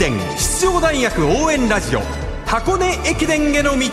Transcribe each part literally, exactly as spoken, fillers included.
伝出場大学応援ラジオ箱根駅伝への道。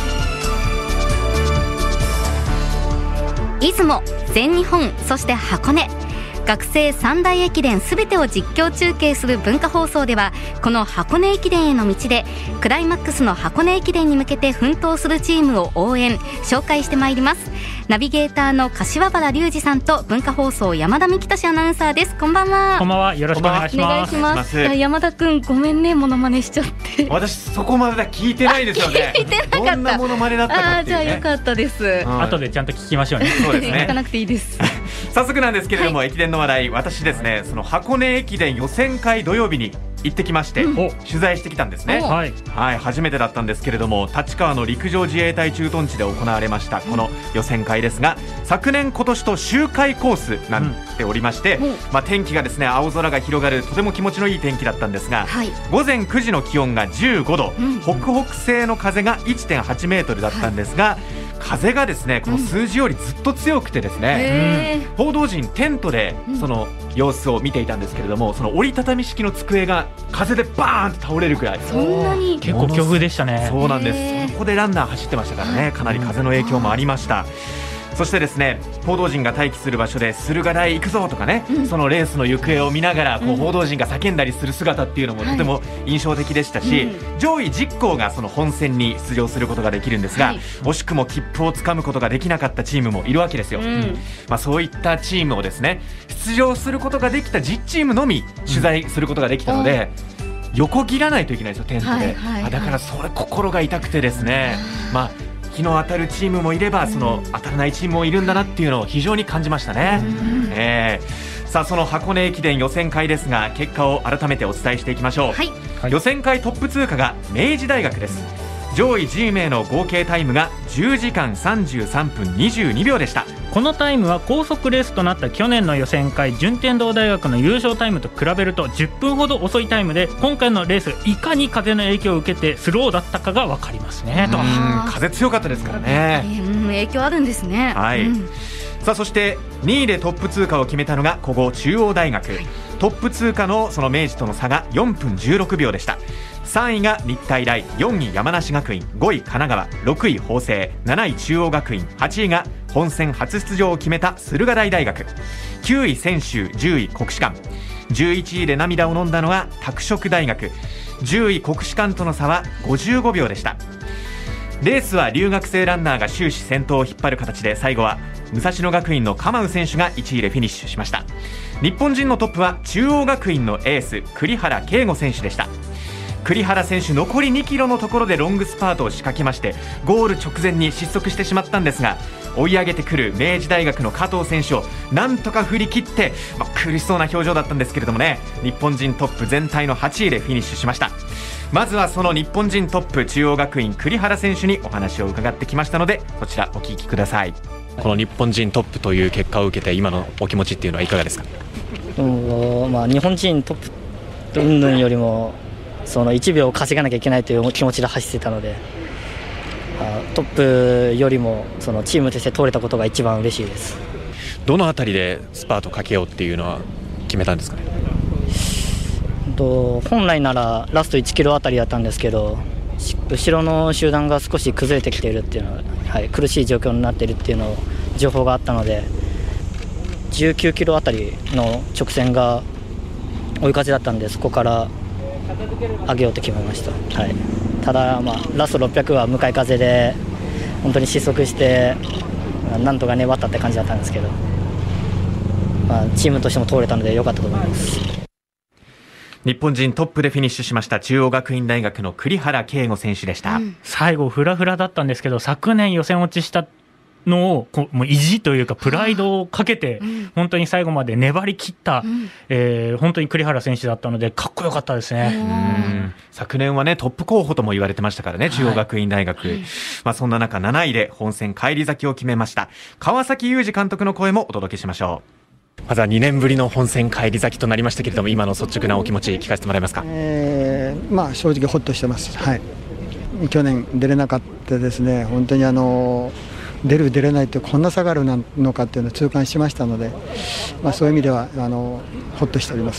出雲、全日本、そして箱根、学生三大駅伝すべてを実況中継する文化放送では、この箱根駅伝への道でクライマックスの箱根駅伝に向けて奮闘するチームを応援紹介してまいります。ナビゲーターの柏原隆二さんと文化放送山田美希俊アナウンサーです。こんばんは。 こんばんは、よろしくお願いします。 お願いします。いや、山田くんごめんね、モノマネしちゃって。 私そこまで聞いてないですよね。 聞いてなかった。 どんなモノマネだったかっていうね。 あ、じゃあよかったです、うん、 後でちゃんと聞きましょうね。 そうですね。 聞かなくていいです。 早速なんですけれども、はい、駅伝の話題、私ですね、その箱根駅伝予選会土曜日に行ってきまして、うん、取材してきたんですね。はい、はい、初めてだったんですけれども、立川の陸上自衛隊駐屯地で行われましたこの予選会ですが、昨年今年と周回コースなんておりまして、うん、まあ、天気がですね、青空が広がるとても気持ちのいい天気だったんですが、はい、午前くじの気温がじゅうごど、うん、北北西の風が いってんはちメートルだったんですが、はい、風がですね、この数字よりずっと強くてですね、うん、報道陣テントでその様子を見ていたんですけれども、その折りたたみ式の机が風でバーンと倒れるくらい、 そんなに結構強風でしたね。 そうなんです。そこでランナー走ってましたからね、かなり風の影響もありました。そしてですね、報道陣が待機する場所で駿河台行くぞとかね、うん、そのレースの行方を見ながらこう報道陣が叫んだりする姿っていうのもとても印象的でしたし、はい、うん、上位じゅっ校がその本戦に出場することができるんですが、はい、惜しくも切符をつかむことができなかったチームもいるわけですよ。うん、まあ、そういったチームをですね、出場することができたじゅっチームのみ取材することができたので、うん、横切らないといけないんですよ、テントで。はいはいはい、だからそれ心が痛くてですね、まあ日の当たるチームもいればその当たらないチームもいるんだなっていうのを非常に感じましたね。えー、さあ、その箱根駅伝予選会ですが、結果を改めてお伝えしていきましょう。はいはい、予選会トップ通過が明治大学です。上位じゅう名の合計タイムがじゅうじかんさんじゅうさんぷんにじゅうにびょうでした。 このタイムは高速レースとなった去年の予選会順天堂大学の優勝タイムと比べるとじゅっぷんほど遅いタイムで、今回のレースいかに風の影響を受けてスローだったかが分かりますね。と、 風強かったですからね。 うん、影響あるんですね。 はい、うん、さあ、そしてにいでトップ通過を決めたのが古豪中央大学、はい、トップ通過のその明治との差がよんぷんじゅうろくびょうでした。さんいが日体大、よんい山梨学院、ごい神奈川、ろくい法政、なない中央学院、はちいが本戦初出場を決めた駿河台大学、きゅうい専修、じゅうい国士舘、じゅういちいで涙を飲んだのが拓殖大学、じゅうい国士舘との差はごじゅうごびょうでした。レースは留学生ランナーが終始先頭を引っ張る形で、最後は武蔵野学院のカマウ選手がいちいでフィニッシュしました。日本人のトップは中央学院のエース栗原啓吾選手でした。栗原選手、残りにキロのところでロングスパートを仕掛けまして、ゴール直前に失速してしまったんですが、追い上げてくる明治大学の加藤選手をなんとか振り切って、まあ、苦しそうな表情だったんですけれどもね、日本人トップ全体のはちいでフィニッシュしました。まずはその日本人トップ中央学院栗原選手にお話を伺ってきましたので、こちらお聞きください。 この日本人トップという結果を受けて今のお気持ちっていうのはいかがですか？ うん、まあ、日本人トップ云々よりもそのいちびょう稼がなきゃいけないという気持ちで走ってたので、トップよりもそのチームとして通れたことが一番嬉しいです。 どのあたりでスパートかけようっていうのは決めたんですかね？ と本来ならラストいちキロあたりだったんですけど、後ろの集団が少し崩れてきているっていうのは、はい、苦しい状況になっているっていうの情報があったので、じゅうきゅうキロあたりの直線が追い風だったんで、そこから上げようと決めました。はい、ただ、まあ、ラストろっぴゃくは向かい風で本当に失速してなんとか粘ったって感じだったんですけど、まあ、チームとしても通れたので良かったと思います。 日本人トップでフィニッシュしました中央学院大学の栗原啓吾選手でした。うん、 最後フラフラだったんですけど、昨年予選落ちしたのをこうもう意地というかプライドをかけて本当に最後まで粘り切った、うん、えー、本当に栗原選手だったのでかっこよかったですね。 うん、昨年はねトップ候補とも言われてましたからね、中央学院大学、はい、まあ、そんな中なないで本戦返り咲きを決めました川崎裕二監督の声もお届けしましょう。 まずはにねんぶりの本戦返り咲きとなりましたけれども、今の率直なお気持ち聞かせてもらえますか？ えーまあ、正直ほっとしてます。はい、去年出れなかったですね。本当にあの出る出れないってこんな差があるのかっていうのを痛感しましたので、まあ、そういう意味ではあのほっとしております。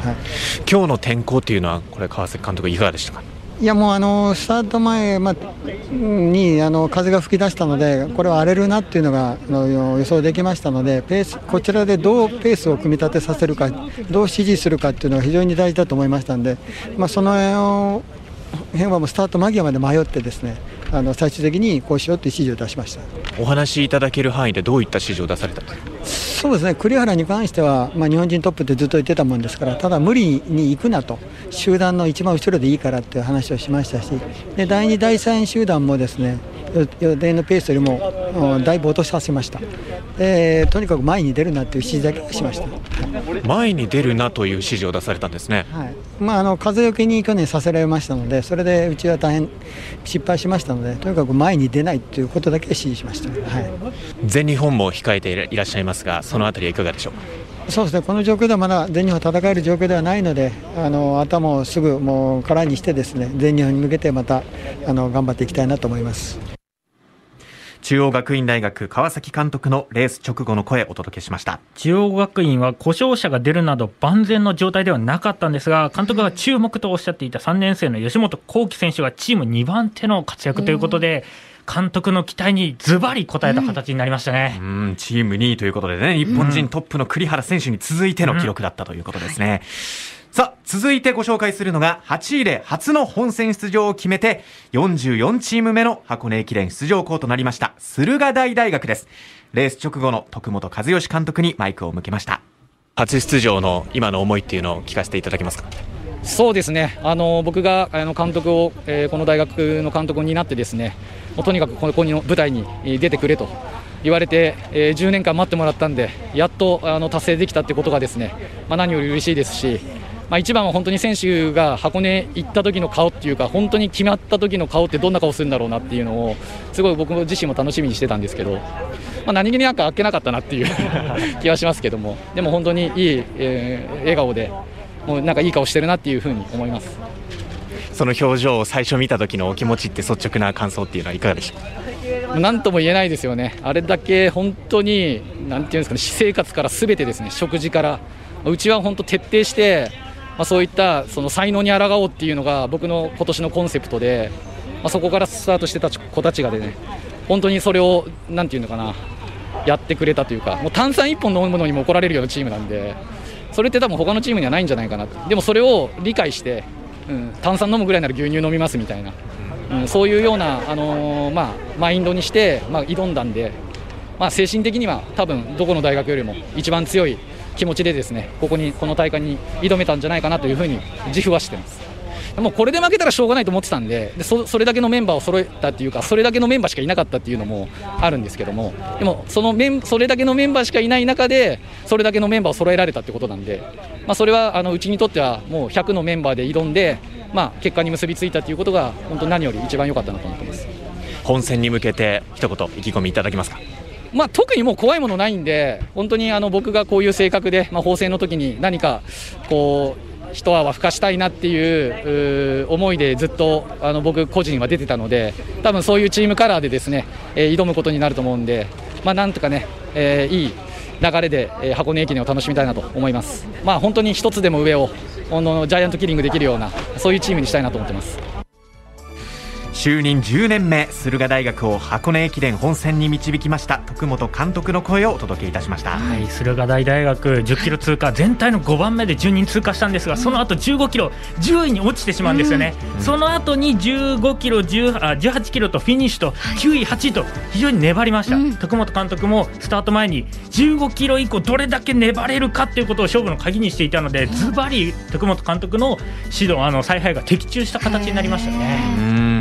はい、 今日の天候っていうのはこれ川崎監督いかがでしたか？ いやもうあのスタート前、ま、にあの風が吹き出したので、これは荒れるなっていうのがあの予想できましたので、ペースこちらでどうペースを組み立てさせるか、どう指示するかっていうのが非常に大事だと思いましたので、まあ、その辺はもうスタート間際まで迷ってですね、あの最終的にこうしようという指示を出しました。 お話しいただける範囲でどういった指示を出されたんですか？ そうですね、栗原に関しては、まあ、日本人トップってずっと言ってたもんですから、ただ無理に行くなと、集団の一番後ろでいいからっていう話をしましたし、でだいにだいさん集団もですね、予定のペースよりもだいぶ落としさせました。でとにかく前に出るなという指示だけはしました。はい、 前に出るなという指示を出されたんですね。 はい、まあ、あの風よけに去年させられましたので、それでうちは大変失敗しましたので、とにかく前に出ないということだけ指示しました。はい、 全日本も控えていらっしゃいますが、そのあたりはいかがでしょうか？ そうですね、この状況ではまだ全日本戦える状況ではないので、あの頭をすぐもう空にしてですね、全日本に向けてまたあの頑張っていきたいなと思います。 中央学院大学川崎監督のレース直後の声をお届けしました。 中央学院は故障者が出るなど万全の状態ではなかったんですが、監督が注目とおっしゃっていたさんねん生の吉本幸輝選手がチームにばん手の活躍ということで、監督の期待にズバリ応えた形になりましたね。 うんうん、チームにいということでね、日本人トップの栗原選手に続いての記録だったということですね。うんうん、さあ続いてご紹介するのがはちいで初の本戦出場を決めてよんじゅうよんチーム目の箱根駅伝出場校となりました駿河台大学です。レース直後の徳本一善監督にマイクを向けました。 初出場の今の思いっていうのを聞かせていただけますか？ そうですね、あの僕があの監督を、えー、この大学の監督になってですね、もうとにかくここの舞台に出てくれと言われて、えー、じゅうねんかん待ってもらったんで、やっとあの達成できたってことがですね、まあ、何より嬉しいですし、まあ、一番は本当に選手が箱根行った時の顔っていうか、本当に決まった時の顔ってどんな顔するんだろうなっていうのをすごい僕自身も楽しみにしてたんですけど、まあ、何気になんかあっけなかったなっていう気はしますけども、でも本当にいい、えー、笑顔でもうなんかいい顔してるなっていうふうに思います。 その表情を最初見た時のお気持ちって率直な感想っていうのはいかがでしょうか？ なんとも言えないですよね。あれだけ本当になんていうんですかね、私生活からすべてですね、食事からうちは本当徹底して、まあ、そういったその才能に抗おうっていうのが僕の今年のコンセプトで、まあ、そこからスタートしてた子たちがでね、本当にそれをなんていうのかな、やってくれたというか、もう炭酸一本飲むのにも怒られるようなチームなんで、それって多分他のチームにはないんじゃないかな。でもそれを理解して、うん、炭酸飲むぐらいなら牛乳飲みますみたいな、うん、そういうような、あのーまあ、マインドにして、まあ、挑んだんで、まあ、精神的には多分どこの大学よりも一番強い気持ちでですね、ここにこの大会に挑めたんじゃないかなというふうに自負はしています。もうこれで負けたらしょうがないと思ってたんで、で そ, それだけのメンバーを揃えたっていうか、それだけのメンバーしかいなかったっていうのもあるんですけども、でも そ, のメンそれだけのメンバーしかいない中でそれだけのメンバーを揃えられたってことなんで、まあ、それはあのうちにとってはもうひゃくのメンバーで挑んで、まあ、結果に結びついたということが本当に何より一番良かったなと思っています。 本戦に向けて一言意気込みいただけますか？ まあ、特にもう怖いものないんで、本当にあの僕がこういう性格で、まあ、法政の時に何かこう一泡吹かしたいなっていう思いでずっとあの僕個人は出てたので、多分そういうチームカラーでですね、えー、挑むことになると思うんで、まあ、なんとかね、えー、いい流れで、えー、箱根駅伝を楽しみたいなと思います。まあ、本当に一つでも上をあのジャイアントキリングできるようなそういうチームにしたいなと思ってます。 就任じゅうねんめ、駿河大学を箱根駅伝本戦に導きました徳本監督の声をお届けいたしました。 はい、駿河台大学じゅっキロ通過、全体のごばんめでじゅうにん通過したんですが、その後じゅうごキロじゅういに落ちてしまうんですよね。うん、その後にじゅうごキロ、じゅうはちキロとフィニッシュときゅういはちいと非常に粘りました。うん、徳本監督もスタート前にじゅうごキロ以降どれだけ粘れるかということを勝負の鍵にしていたので、ズバリ徳本監督の指導、あの采配が的中した形になりましたね。 うん、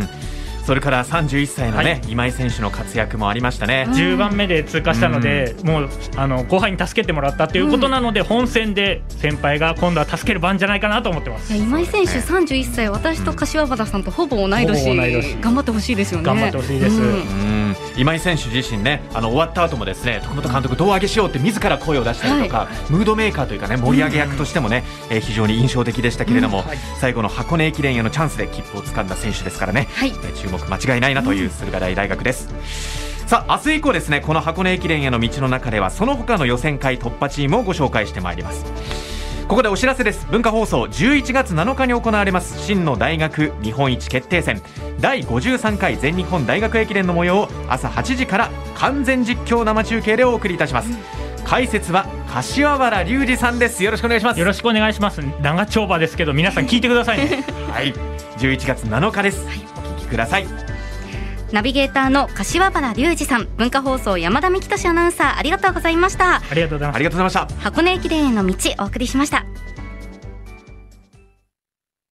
それからさんじゅういっさいの、ね、はい、今井選手の活躍もありましたね。 じゅうばんめで通過したので、うん、もうあの後輩に助けてもらったということなので、うん、本戦で先輩が今度は助ける番じゃないかなと思ってます。 今井選手さんじゅういっさい、私と柏原さんとほぼ同い年、うん、頑張ってほしいですよね。 頑張ってほしいです。うんうん、今井選手自身ね、あの終わった後もですね、徳本監督胴上げしようって自ら声を出したりとか、はい、ムードメーカーというかね、盛り上げ役としてもね、うん、えー、非常に印象的でしたけれども、うん、はい、最後の箱根駅伝へのチャンスで切符を掴んだ選手ですからね、はい、えー、注目間違いないなという駿河台大学です。さあ、明日以降ですね、この箱根駅伝への道の中ではその他の予選会突破チームをご紹介してまいります。 ここでお知らせです。文化放送じゅういちがつなのかに行われます真の大学日本一決定戦だいごじゅうさんかい全日本大学駅伝の模様を朝はちじから完全実況生中継でお送りいたします。解説は柏原隆二さんです。よろしくお願いします。 よろしくお願いします。長丁場ですけど皆さん聞いてくださいねはい、じゅういちがつなのかです、はい、お聞きください。 ナビゲーターの柏原隆二さん、文化放送山田美希俊アナウンサー、ありがとうございました。 ありがとうございました。 ありがとうございました。 箱根駅伝への道お送りしました。